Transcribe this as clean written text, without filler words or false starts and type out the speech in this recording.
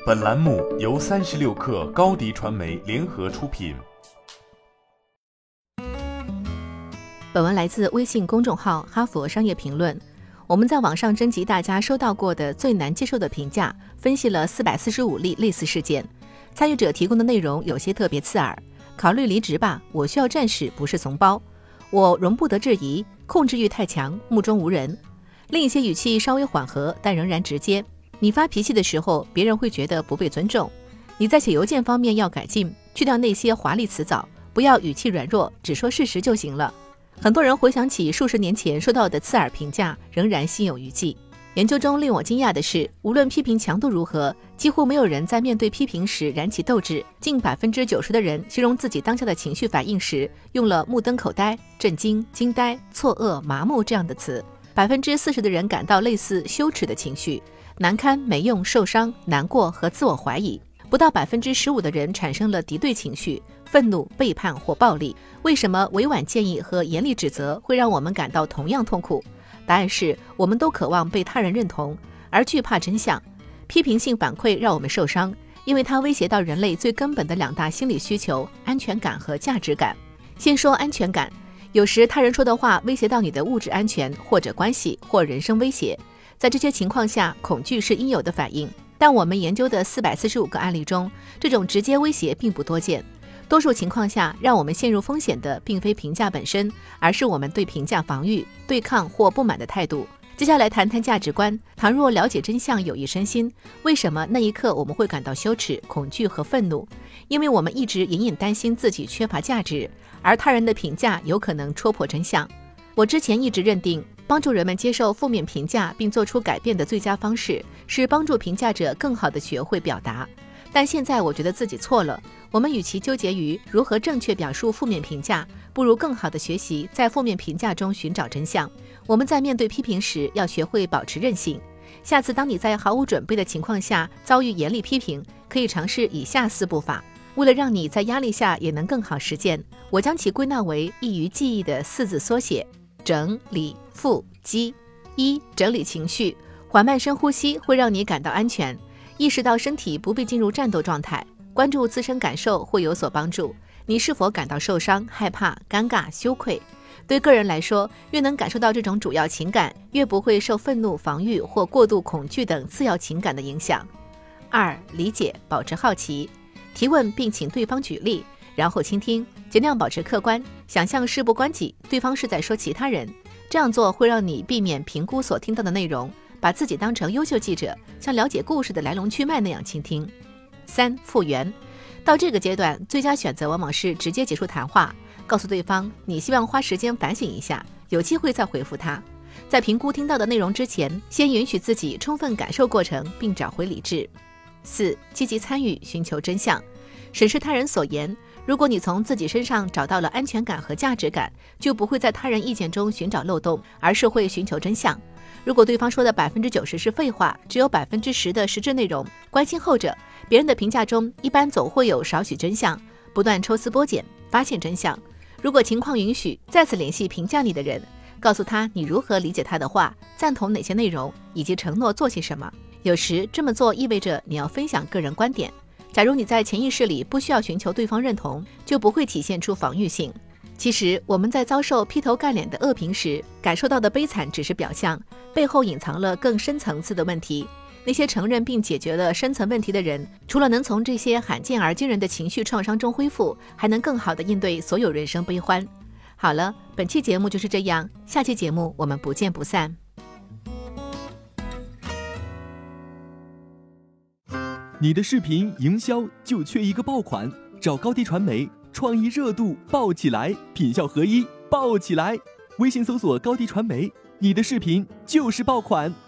本栏目由36氪高迪传媒联合出品。 本文来自微信公众号哈佛商业评论。我们在网上征集大家收到过的最难接受的评价，分析了445例类似事件。参与者提供的内容有些特别刺耳，考虑离职吧，我需要战士，不是怂包，我容不得质疑，控制欲太强，目中无人。另一些语气稍微缓和，但仍然直接。你发脾气的时候，别人会觉得不被尊重。你在写邮件方面要改进，去掉那些华丽辞藻，不要语气软弱，只说事实就行了。很多人回想起数十年前收到的刺耳评价，仍然心有余悸。研究中令我惊讶的是，无论批评强度如何，几乎没有人在面对批评时燃起斗志。近90%的人形容自己当下的情绪反应时，用了目瞪口呆、震惊、惊呆、错愕、麻木这样的词。40%的人感到类似羞耻的情绪，难堪、没用、受伤、难过和自我怀疑。不到15%的人产生了敌对情绪，愤怒、背叛或暴力。为什么委婉建议和严厉指责会让我们感到同样痛苦？答案是我们都渴望被他人认同，而惧怕真相。批评性反馈让我们受伤，因为它威胁到人类最根本的2大心理需求：安全感和价值感。先说安全感，有时他人说的话威胁到你的物质安全，或者关系，或人身威胁。在这些情况下，恐惧是应有的反应。但我们研究的445个案例中，这种直接威胁并不多见。多数情况下，让我们陷入风险的并非评价本身，而是我们对评价防御、对抗或不满的态度。接下来谈谈价值观。倘若了解真相有益身心，为什么那一刻我们会感到羞耻、恐惧和愤怒？因为我们一直隐隐担心自己缺乏价值，而他人的评价有可能戳破真相。我之前一直认定，帮助人们接受负面评价并做出改变的最佳方式是帮助评价者更好地学会表达。但现在我觉得自己错了，我们与其纠结于如何正确表述负面评价，不如更好地学习在负面评价中寻找真相。我们在面对批评时要学会保持韧性。下次当你在毫无准备的情况下遭遇严厉批评，可以尝试以下4步法。为了让你在压力下也能更好实践，我将其归纳为易于记忆的4字缩写：整、理、复、击。1. 整理情绪，缓慢深呼吸会让你感到安全，意识到身体不必进入战斗状态，关注自身感受会有所帮助。你是否感到受伤、害怕、尴尬、羞愧？对个人来说，越能感受到这种主要情感，越不会受愤怒、防御或过度恐惧等次要情感的影响。2. 理解，保持好奇，提问并请对方举例，然后倾听，尽量保持客观，想象事不关己，对方是在说其他人。这样做会让你避免评估所听到的内容，把自己当成优秀记者，像了解故事的来龙去脉那样倾听。3. 复原，到这个阶段，最佳选择往往是直接结束谈话，告诉对方你希望花时间反省一下，有机会再回复他。在评估听到的内容之前，先允许自己充分感受过程，并找回理智。4. 积极参与，寻求真相，审视他人所言。如果你从自己身上找到了安全感和价值感，就不会在他人意见中寻找漏洞，而是会寻求真相。如果对方说的90%是废话，只有10%的实质内容，关心后者，别人的评价中一般总会有少许真相，不断抽丝剥茧，发现真相。如果情况允许，再次联系评价你的人，告诉他你如何理解他的话，赞同哪些内容，以及承诺做些什么。有时这么做意味着你要分享个人观点。假如你在潜意识里不需要寻求对方认同，就不会体现出防御性。其实我们在遭受劈头盖脸的恶评时，感受到的悲惨只是表象，背后隐藏了更深层次的问题。那些承认并解决了深层问题的人，除了能从这些罕见而惊人的情绪创伤中恢复，还能更好地应对所有人生悲欢。好了，本期节目就是这样，下期节目我们不见不散。 你的视频营销就缺一个爆款，找高迪传媒，创意热度爆起来，品效合一爆起来。微信搜索高迪传媒，你的视频就是爆款。